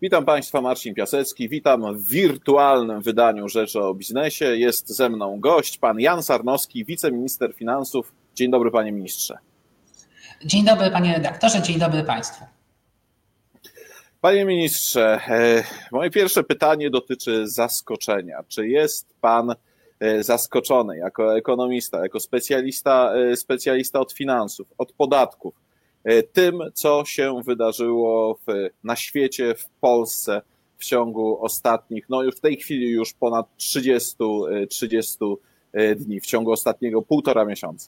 Witam Państwa, Marcin Piasecki. Witam w wirtualnym wydaniu Rzeczy o Biznesie. Jest ze mną gość, pan Jan Sarnowski, wiceminister finansów. Dzień dobry, panie ministrze. Dzień dobry, panie redaktorze, dzień dobry państwu. Panie ministrze, moje pierwsze pytanie dotyczy zaskoczenia. Czy jest pan zaskoczony jako ekonomista, jako specjalista od finansów, od podatków, tym, co się wydarzyło na świecie, w Polsce w ciągu ostatnich, już w tej chwili już ponad 30 dni, w ciągu ostatniego 1,5 miesiąca?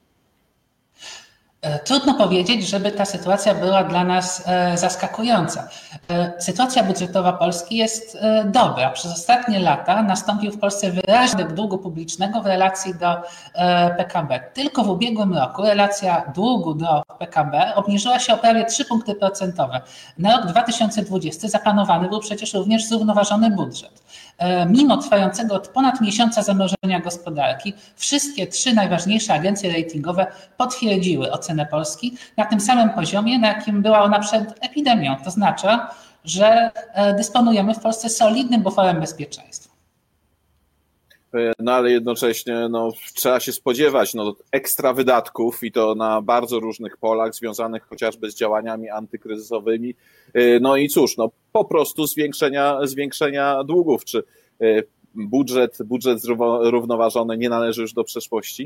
Trudno powiedzieć, żeby ta sytuacja była dla nas zaskakująca. Sytuacja budżetowa Polski jest dobra. Przez ostatnie lata nastąpił w Polsce wyraźny spadek długu publicznego w relacji do PKB. Tylko w ubiegłym roku relacja długu do PKB obniżyła się o prawie 3 punkty procentowe. Na rok 2020 zaplanowany był przecież również zrównoważony budżet. Mimo trwającego od ponad miesiąca zamrożenia gospodarki, wszystkie 3 najważniejsze agencje ratingowe potwierdziły ocenę Polski na tym samym poziomie, na jakim była ona przed epidemią. To znaczy, że dysponujemy w Polsce solidnym buforem bezpieczeństwa. Ale jednocześnie trzeba się spodziewać ekstra wydatków i to na bardzo różnych polach związanych chociażby z działaniami antykryzysowymi. I cóż, po prostu zwiększenia długów. Czy budżet zrównoważony nie należy już do przeszłości?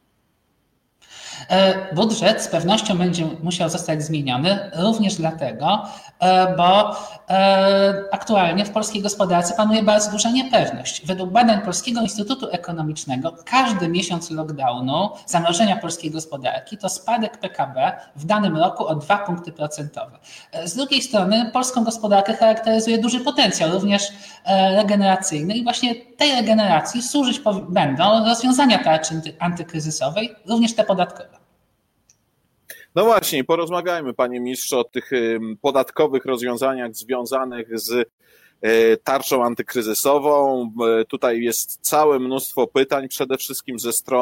Budżet z pewnością będzie musiał zostać zmieniony również dlatego, bo aktualnie w polskiej gospodarce panuje bardzo duża niepewność. Według badań Polskiego Instytutu Ekonomicznego każdy miesiąc lockdownu, zamrożenia polskiej gospodarki to spadek PKB w danym roku o 2 punkty procentowe. Z drugiej strony polską gospodarkę charakteryzuje duży potencjał, również regeneracyjny i właśnie tej regeneracji służyć będą rozwiązania tarczy antykryzysowej, również te podatkowe. No właśnie, porozmawiajmy, panie ministrze, o tych podatkowych rozwiązaniach związanych z tarczą antykryzysową. Tutaj jest całe mnóstwo pytań, przede wszystkim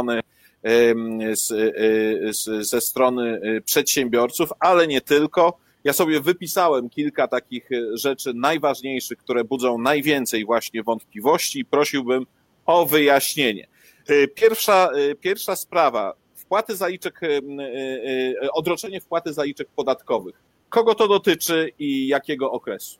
ze strony przedsiębiorców, ale nie tylko. Ja sobie wypisałem kilka takich rzeczy najważniejszych, które budzą najwięcej właśnie wątpliwości i prosiłbym o wyjaśnienie. Pierwsza sprawa. Odroczenie wpłaty zaliczek podatkowych. Kogo to dotyczy i jakiego okresu?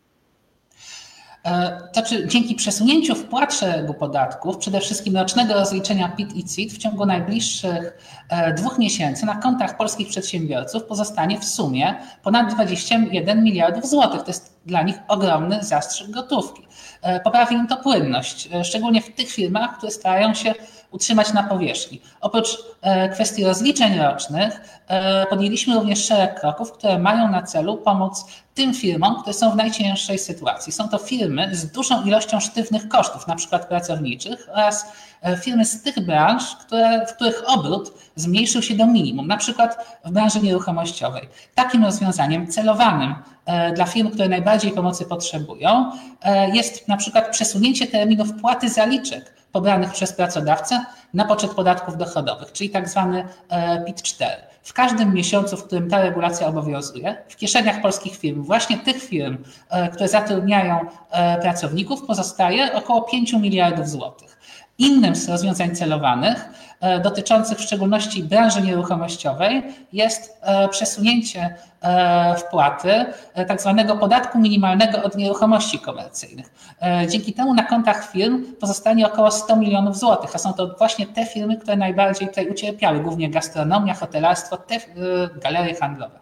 Dzięki przesunięciu wpłat szeregu podatków, przede wszystkim rocznego rozliczenia PIT i CIT w ciągu najbliższych 2 miesięcy na kontach polskich przedsiębiorców pozostanie w sumie ponad 21 miliardów złotych. To jest dla nich ogromny zastrzyk gotówki. Poprawi im to płynność, szczególnie w tych firmach, które starają się utrzymać na powierzchni. Oprócz kwestii rozliczeń rocznych podjęliśmy również szereg kroków, które mają na celu pomóc tym firmom, które są w najcięższej sytuacji. Są to firmy z dużą ilością sztywnych kosztów, na przykład pracowniczych, oraz firmy z tych branż, w których obrót zmniejszył się do minimum, na przykład w branży nieruchomościowej. Takim rozwiązaniem celowanym dla firm, które najbardziej pomocy potrzebują, jest na przykład przesunięcie terminu wpłaty zaliczek pobranych przez pracodawcę na poczet podatków dochodowych, czyli tak zwany PIT-4. W każdym miesiącu, w którym ta regulacja obowiązuje, w kieszeniach polskich firm, właśnie tych firm, które zatrudniają pracowników, pozostaje około 5 miliardów złotych. Innym z rozwiązań celowanych, dotyczących w szczególności branży nieruchomościowej, jest przesunięcie wpłaty tak zwanego podatku minimalnego od nieruchomości komercyjnych. Dzięki temu na kontach firm pozostanie około 100 milionów złotych, a są to właśnie te firmy, które najbardziej tutaj ucierpiały, głównie gastronomia, hotelarstwo, te galerie handlowe.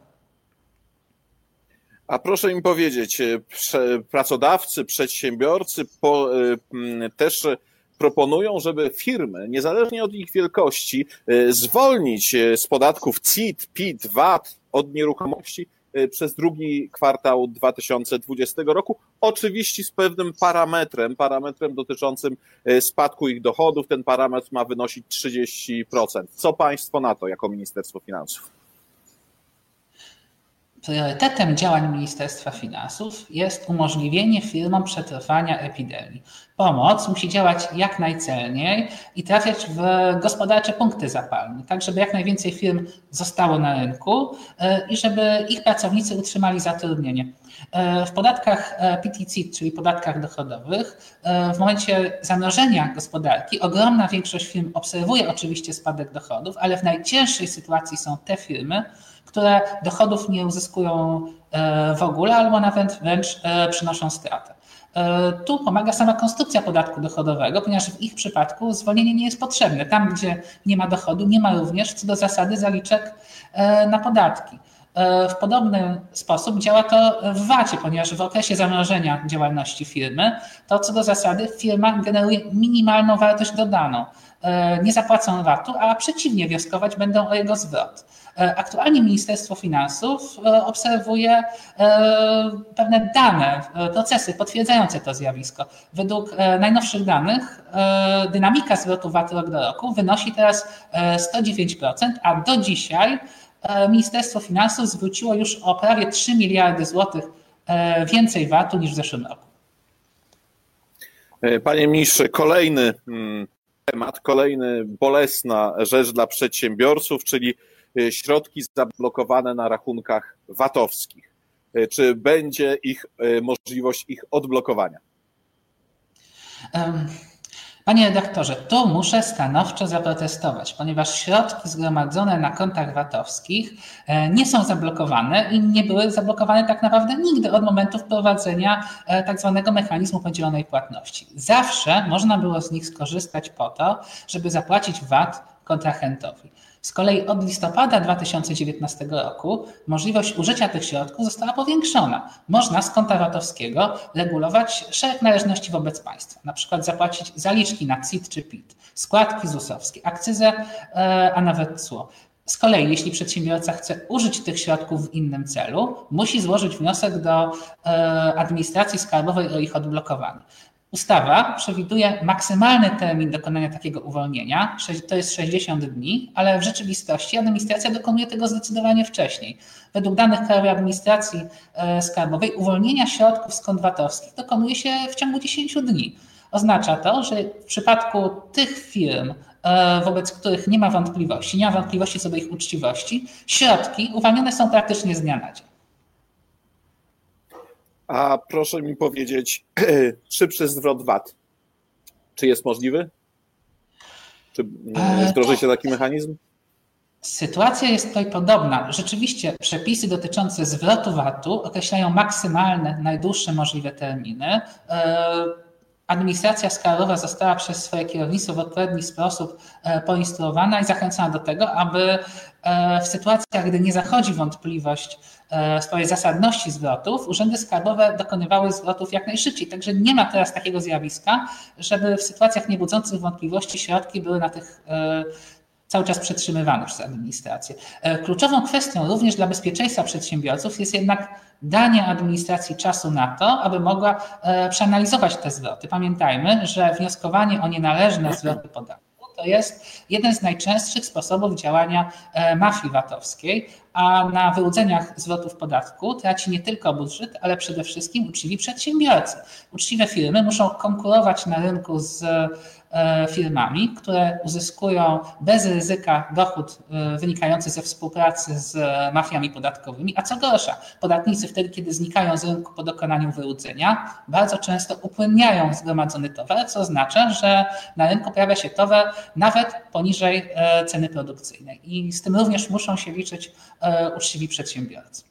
A proszę mi powiedzieć, pracodawcy, przedsiębiorcy też proponują, żeby firmy, niezależnie od ich wielkości, zwolnić z podatków CIT, PIT, VAT od nieruchomości przez drugi kwartał 2020 roku. Oczywiście z pewnym parametrem dotyczącym spadku ich dochodów. Ten parametr ma wynosić 30%. Co państwo na to jako Ministerstwo Finansów? Priorytetem działań Ministerstwa Finansów jest umożliwienie firmom przetrwania epidemii. Pomoc musi działać jak najcelniej i trafiać w gospodarcze punkty zapalne, tak żeby jak najwięcej firm zostało na rynku i żeby ich pracownicy utrzymali zatrudnienie. W podatkach PIT i CIT, czyli podatkach dochodowych, w momencie zamrożenia gospodarki ogromna większość firm obserwuje oczywiście spadek dochodów, ale w najcięższej sytuacji są te firmy, które dochodów nie uzyskują w ogóle albo nawet wręcz przynoszą stratę. Tu pomaga sama konstrukcja podatku dochodowego, ponieważ w ich przypadku zwolnienie nie jest potrzebne. Tam, gdzie nie ma dochodu, nie ma również co do zasady zaliczek na podatki. W podobny sposób działa to w VAT-ie, ponieważ w okresie zamrożenia działalności firmy, to co do zasady firma generuje minimalną wartość dodaną. Nie zapłacą VAT-u, a przeciwnie, wnioskować będą o jego zwrot. Aktualnie Ministerstwo Finansów obserwuje pewne dane, procesy potwierdzające to zjawisko. Według najnowszych danych dynamika zwrotu VAT rok do roku wynosi teraz 109%, a do dzisiaj Ministerstwo Finansów zwróciło już o prawie 3 miliardy złotych więcej VAT-u niż w zeszłym roku. Panie ministrze, kolejny temat, kolejny bolesna rzecz dla przedsiębiorców, czyli środki zablokowane na rachunkach VAT-owskich. Czy będzie możliwość ich odblokowania? Panie redaktorze, tu muszę stanowczo zaprotestować, ponieważ środki zgromadzone na kontach VAT-owskich nie są zablokowane i nie były zablokowane tak naprawdę nigdy od momentu wprowadzenia tak zwanego mechanizmu podzielonej płatności. Zawsze można było z nich skorzystać po to, żeby zapłacić VAT kontrahentowi. Z kolei od listopada 2019 roku możliwość użycia tych środków została powiększona. Można z konta VAT-owskiego regulować szereg należności wobec państwa, na przykład zapłacić zaliczki na CIT czy PIT, składki ZUS-owskie, akcyzę, a nawet cło. Z kolei, jeśli przedsiębiorca chce użyć tych środków w innym celu, musi złożyć wniosek do administracji skarbowej o ich odblokowanie. Ustawa przewiduje maksymalny termin dokonania takiego uwolnienia, to jest 60 dni, ale w rzeczywistości administracja dokonuje tego zdecydowanie wcześniej. Według danych Krajowej Administracji Skarbowej uwolnienia środków z kont VAT-owskich dokonuje się w ciągu 10 dni. Oznacza to, że w przypadku tych firm, wobec których nie ma wątpliwości co do ich uczciwości, środki uwalnione są praktycznie z dnia na dzień. A proszę mi powiedzieć, szybszy zwrot VAT, czy jest możliwy? Czy wdroży się taki mechanizm? Sytuacja jest tutaj podobna. Rzeczywiście przepisy dotyczące zwrotu VAT-u określają maksymalne, najdłuższe możliwe terminy. Administracja skarbowa została przez swoje kierownictwo w odpowiedni sposób poinstruowana i zachęcona do tego, aby w sytuacjach, gdy nie zachodzi wątpliwość w sprawie zasadności zwrotów, urzędy skarbowe dokonywały zwrotów jak najszybciej. Także nie ma teraz takiego zjawiska, żeby w sytuacjach niebudzących wątpliwości środki były na tych cały czas przetrzymywane przez administrację. Kluczową kwestią również dla bezpieczeństwa przedsiębiorców jest jednak danie administracji czasu na to, aby mogła przeanalizować te zwroty. Pamiętajmy, że wnioskowanie o nienależne zwroty podatku to jest jeden z najczęstszych sposobów działania mafii VAT-owskiej, a na wyłudzeniach zwrotów podatku traci nie tylko budżet, ale przede wszystkim uczciwi przedsiębiorcy. Uczciwe firmy muszą konkurować na rynku z firmami, które uzyskują bez ryzyka dochód wynikający ze współpracy z mafiami podatkowymi, a co gorsza, podatnicy wtedy, kiedy znikają z rynku po dokonaniu wyłudzenia, bardzo często upłynniają zgromadzony towar, co oznacza, że na rynku pojawia się towar nawet poniżej ceny produkcyjnej i z tym również muszą się liczyć uczciwi przedsiębiorcy.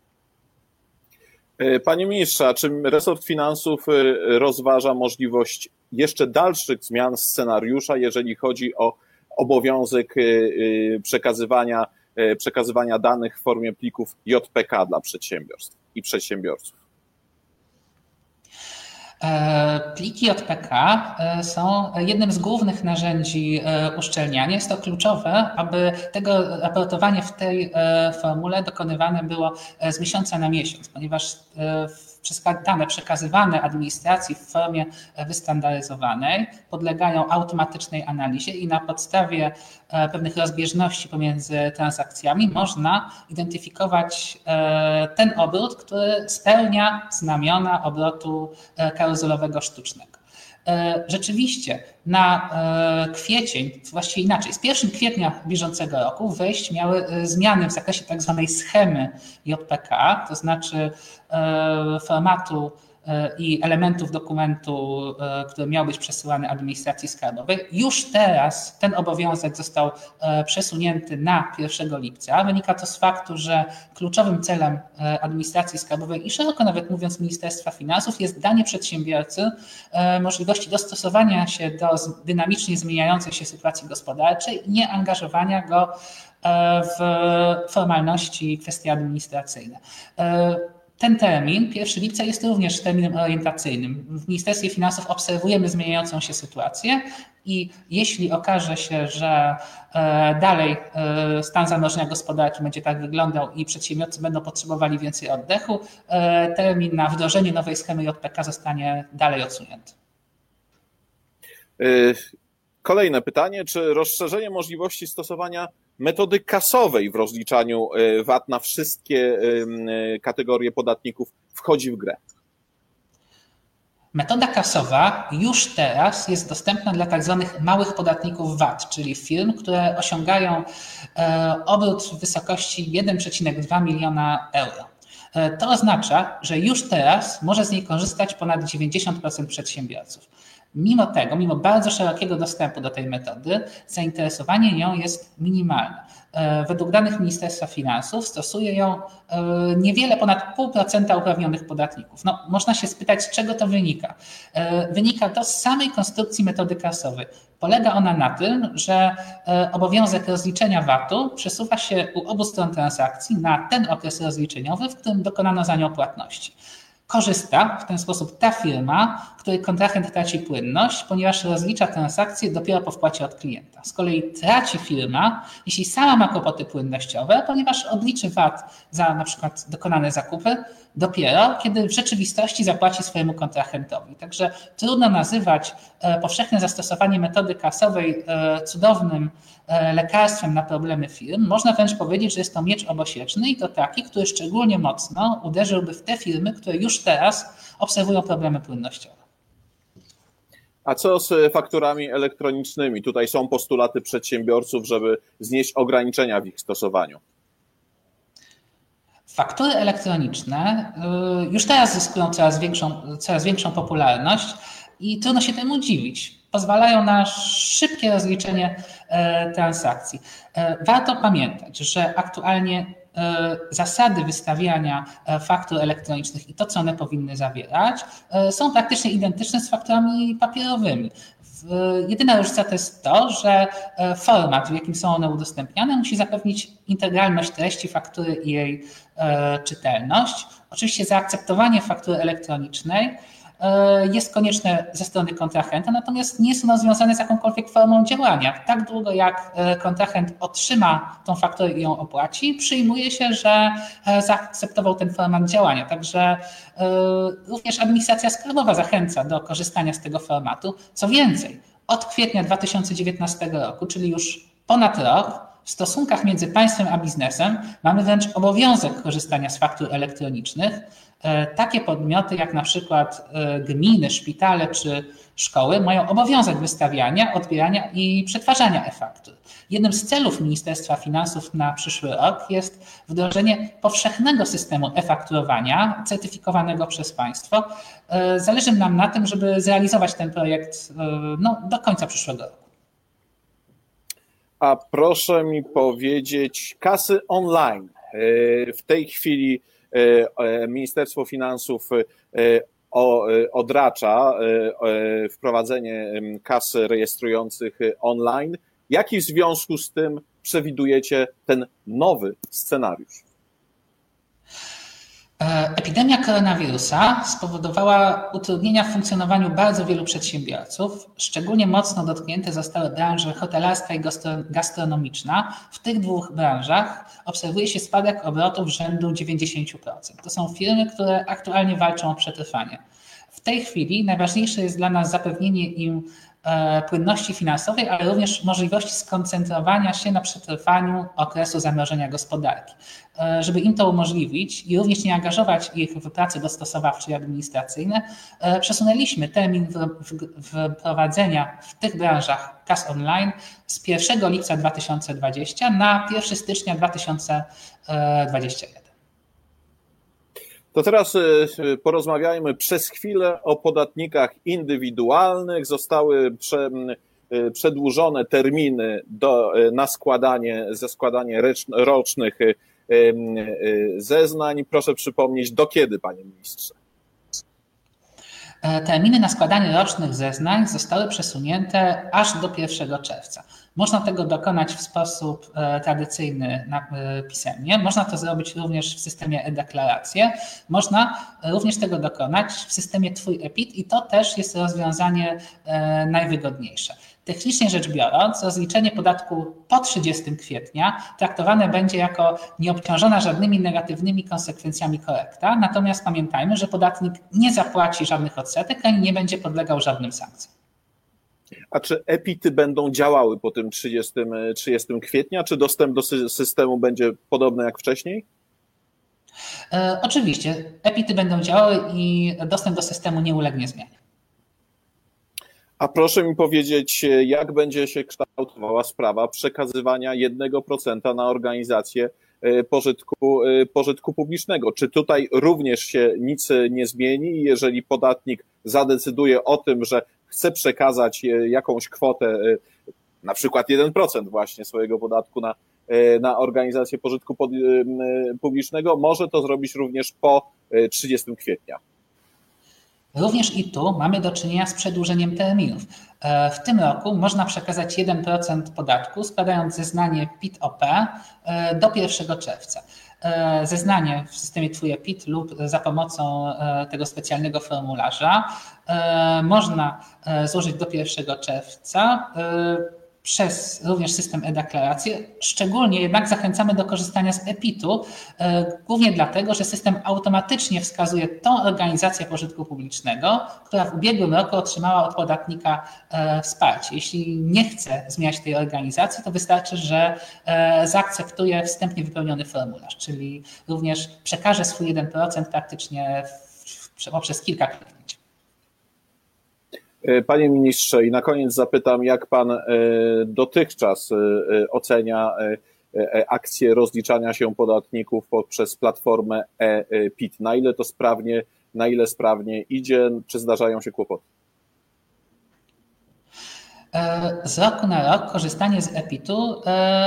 Panie ministrze, a czy resort finansów rozważa możliwość jeszcze dalszych zmian scenariusza, jeżeli chodzi o obowiązek przekazywania danych w formie plików JPK dla przedsiębiorstw i przedsiębiorców? Pliki JPK są jednym z głównych narzędzi uszczelniania. Jest to kluczowe, aby tego raportowanie w tej formule dokonywane było z miesiąca na miesiąc, ponieważ dane przekazywane administracji w formie wystandaryzowanej podlegają automatycznej analizie i na podstawie pewnych rozbieżności pomiędzy transakcjami można identyfikować ten obrót, który spełnia znamiona obrotu karuzelowego sztucznego. Rzeczywiście na kwiecień, właściwie inaczej, z 1 kwietnia bieżącego roku wejść miały zmiany w zakresie tak zwanej schemy JPK, to znaczy formatu i elementów dokumentu, który miał być przesyłany administracji skarbowej. Już teraz ten obowiązek został przesunięty na 1 lipca. Wynika to z faktu, że kluczowym celem administracji skarbowej i szeroko nawet mówiąc Ministerstwa Finansów jest danie przedsiębiorcy możliwości dostosowania się do dynamicznie zmieniającej się sytuacji gospodarczej i nie angażowania go w formalności i kwestie administracyjne. Ten termin, 1 lipca, jest również terminem orientacyjnym. W Ministerstwie Finansów obserwujemy zmieniającą się sytuację i jeśli okaże się, że dalej stan zamrożenia gospodarki będzie tak wyglądał i przedsiębiorcy będą potrzebowali więcej oddechu, termin na wdrożenie nowej schemy JPK zostanie dalej odsunięty. Kolejne pytanie, czy rozszerzenie możliwości stosowania metody kasowej w rozliczaniu VAT na wszystkie kategorie podatników wchodzi w grę? Metoda kasowa już teraz jest dostępna dla tak zwanych małych podatników VAT, czyli firm, które osiągają obrót w wysokości 1,2 miliona euro. To oznacza, że już teraz może z niej korzystać ponad 90% przedsiębiorców. Mimo tego, mimo bardzo szerokiego dostępu do tej metody, zainteresowanie nią jest minimalne. Według danych Ministerstwa Finansów stosuje ją niewiele ponad 0,5% uprawnionych podatników. No, można się spytać, z czego to wynika. Wynika to z samej konstrukcji metody kasowej. Polega ona na tym, że obowiązek rozliczenia VAT-u przesuwa się u obu stron transakcji na ten okres rozliczeniowy, w którym dokonano za nią płatności. Korzysta w ten sposób ta firma, której kontrahent traci płynność, ponieważ rozlicza transakcje dopiero po wpłacie od klienta. Z kolei traci firma, jeśli sama ma kłopoty płynnościowe, ponieważ odliczy VAT za na przykład dokonane zakupy dopiero, kiedy w rzeczywistości zapłaci swojemu kontrahentowi. Także trudno nazywać powszechne zastosowanie metody kasowej cudownym lekarstwem na problemy firm. Można wręcz powiedzieć, że jest to miecz obosieczny i to taki, który szczególnie mocno uderzyłby w te firmy, które już teraz obserwują problemy płynnościowe. A co z fakturami elektronicznymi? Tutaj są postulaty przedsiębiorców, żeby znieść ograniczenia w ich stosowaniu. Faktury elektroniczne już teraz zyskują coraz większą popularność i trudno się temu dziwić. Pozwalają na szybkie rozliczenie transakcji. Warto pamiętać, że aktualnie zasady wystawiania faktur elektronicznych i to, co one powinny zawierać, są praktycznie identyczne z fakturami papierowymi. Jedyna różnica to jest to, że format, w jakim są one udostępniane, musi zapewnić integralność treści faktury i jej czytelność. Oczywiście zaakceptowanie faktury elektronicznej jest konieczne ze strony kontrahenta, natomiast nie jest ono związane z jakąkolwiek formą działania. Tak długo jak kontrahent otrzyma tą fakturę i ją opłaci, przyjmuje się, że zaakceptował ten format działania. Także również administracja skarbowa zachęca do korzystania z tego formatu. Co więcej, od kwietnia 2019 roku, czyli już ponad rok, w stosunkach między państwem a biznesem mamy wręcz obowiązek korzystania z faktur elektronicznych. Takie podmioty jak na przykład gminy, szpitale czy szkoły mają obowiązek wystawiania, odbierania i przetwarzania e-faktur. Jednym z celów Ministerstwa Finansów na przyszły rok jest wdrożenie powszechnego systemu e-fakturowania certyfikowanego przez państwo. Zależy nam na tym, żeby zrealizować ten projekt do końca przyszłego roku. A proszę mi powiedzieć, kasy online. W tej chwili Ministerstwo Finansów odracza wprowadzenie kas rejestrujących online. Jaki w związku z tym przewidujecie ten nowy scenariusz? Epidemia koronawirusa spowodowała utrudnienia w funkcjonowaniu bardzo wielu przedsiębiorców. Szczególnie mocno dotknięte zostały branże hotelarska i gastronomiczna. W tych dwóch branżach obserwuje się spadek obrotów rzędu 90%. To są firmy, które aktualnie walczą o przetrwanie. W tej chwili najważniejsze jest dla nas zapewnienie im płynności finansowej, ale również możliwości skoncentrowania się na przetrwaniu okresu zamrożenia gospodarki. Żeby im to umożliwić i również nie angażować ich w prace dostosowawcze i administracyjne, przesunęliśmy termin wprowadzenia w tych branżach kas online z 1 lipca 2020 na 1 stycznia 2021. To teraz porozmawiajmy przez chwilę o podatnikach indywidualnych. Zostały przedłużone terminy na składanie rocznych zeznań. Proszę przypomnieć, do kiedy, panie ministrze? Terminy na składanie rocznych zeznań zostały przesunięte aż do 1 czerwca. Można tego dokonać w sposób tradycyjny pisemnie. Można to zrobić również w systemie e-deklaracje. Można również tego dokonać w systemie Twój e-PIT i to też jest rozwiązanie najwygodniejsze. Technicznie rzecz biorąc, rozliczenie podatku po 30 kwietnia traktowane będzie jako nieobciążona żadnymi negatywnymi konsekwencjami korekta, natomiast pamiętajmy, że podatnik nie zapłaci żadnych odsetek ani nie będzie podlegał żadnym sankcjom. A czy e-PIT-y będą działały po tym 30 kwietnia? Czy dostęp do systemu będzie podobny jak wcześniej? Oczywiście, e-PIT-y będą działały i dostęp do systemu nie ulegnie zmianie. A proszę mi powiedzieć, jak będzie się kształtowała sprawa przekazywania 1% na organizację pożytku publicznego? Czy tutaj również się nic nie zmieni? Jeżeli podatnik zadecyduje o tym, że chce przekazać jakąś kwotę, na przykład 1% właśnie swojego podatku na organizację pożytku publicznego, może to zrobić również po 30 kwietnia. Również i tu mamy do czynienia z przedłużeniem terminów. W tym roku można przekazać 1% podatku, składając zeznanie PIT-OP do 1 czerwca. Zeznanie w systemie Twój e-PIT lub za pomocą tego specjalnego formularza można złożyć do 1 czerwca przez również system e-deklaracje. Szczególnie jednak zachęcamy do korzystania z e-PIT-u, głównie dlatego, że system automatycznie wskazuje tą organizację pożytku publicznego, która w ubiegłym roku otrzymała od podatnika wsparcie. Jeśli nie chce zmieniać tej organizacji, to wystarczy, że zaakceptuje wstępnie wypełniony formularz, czyli również przekaże swój 1% praktycznie poprzez kilka kliknięć. Panie ministrze, i na koniec zapytam, jak pan dotychczas ocenia akcję rozliczania się podatników poprzez platformę e-PIT? Na ile sprawnie idzie, czy zdarzają się kłopoty? Z roku na rok korzystanie z e-PIT-u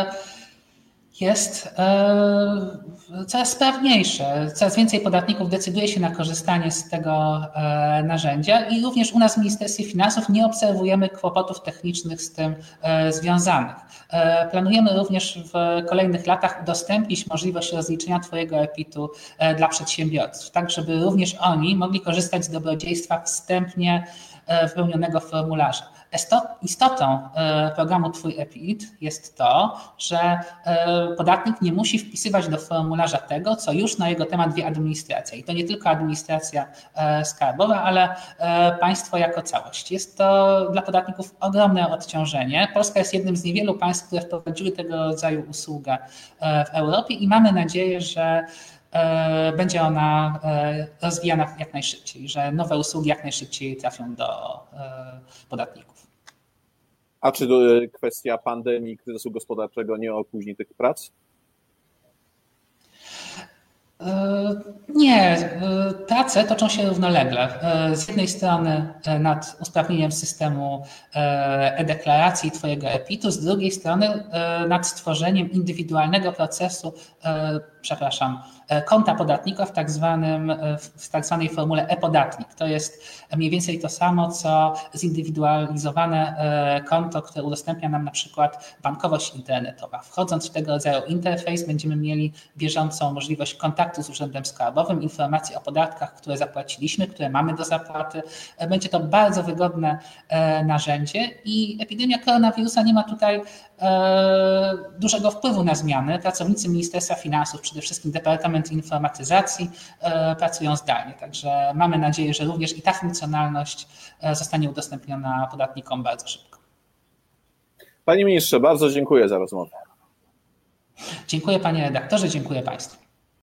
jest coraz sprawniejsze. Coraz więcej podatników decyduje się na korzystanie z tego narzędzia i również u nas w Ministerstwie Finansów nie obserwujemy kłopotów technicznych z tym związanych. Planujemy również w kolejnych latach udostępnić możliwość rozliczenia Twojego e-PIT-u dla przedsiębiorców, tak żeby również oni mogli korzystać z dobrodziejstwa wstępnie wypełnionego formularza. Istotą programu Twój e-PIT jest to, że podatnik nie musi wpisywać do formularza tego, co już na jego temat wie administracja. I to nie tylko administracja skarbowa, ale państwo jako całość. Jest to dla podatników ogromne odciążenie. Polska jest jednym z niewielu państw, które wprowadziły tego rodzaju usługę w Europie i mamy nadzieję, że będzie ona rozwijana jak najszybciej, że nowe usługi jak najszybciej trafią do podatników. A czy kwestia pandemii, kryzysu gospodarczego nie opóźni tych prac? Nie, prace toczą się równolegle. Z jednej strony nad usprawnieniem systemu e-deklaracji Twojego e-PIT-u, z drugiej strony nad stworzeniem indywidualnego procesu, konta podatnika w tak zwanej formule e-podatnik. To jest mniej więcej to samo, co zindywidualizowane konto, które udostępnia nam na przykład bankowość internetowa. Wchodząc w tego rodzaju interfejs będziemy mieli bieżącą możliwość kontaktu z Urzędem Skarbowym, informacji o podatkach, które zapłaciliśmy, które mamy do zapłaty. Będzie to bardzo wygodne narzędzie i epidemia koronawirusa nie ma tutaj dużego wpływu na zmiany. Pracownicy Ministerstwa Finansów, przede wszystkim Departament Informatyzacji, pracują zdalnie. Także mamy nadzieję, że również i ta funkcjonalność zostanie udostępniona podatnikom bardzo szybko. Panie ministrze, bardzo dziękuję za rozmowę. Dziękuję panie redaktorze, dziękuję państwu.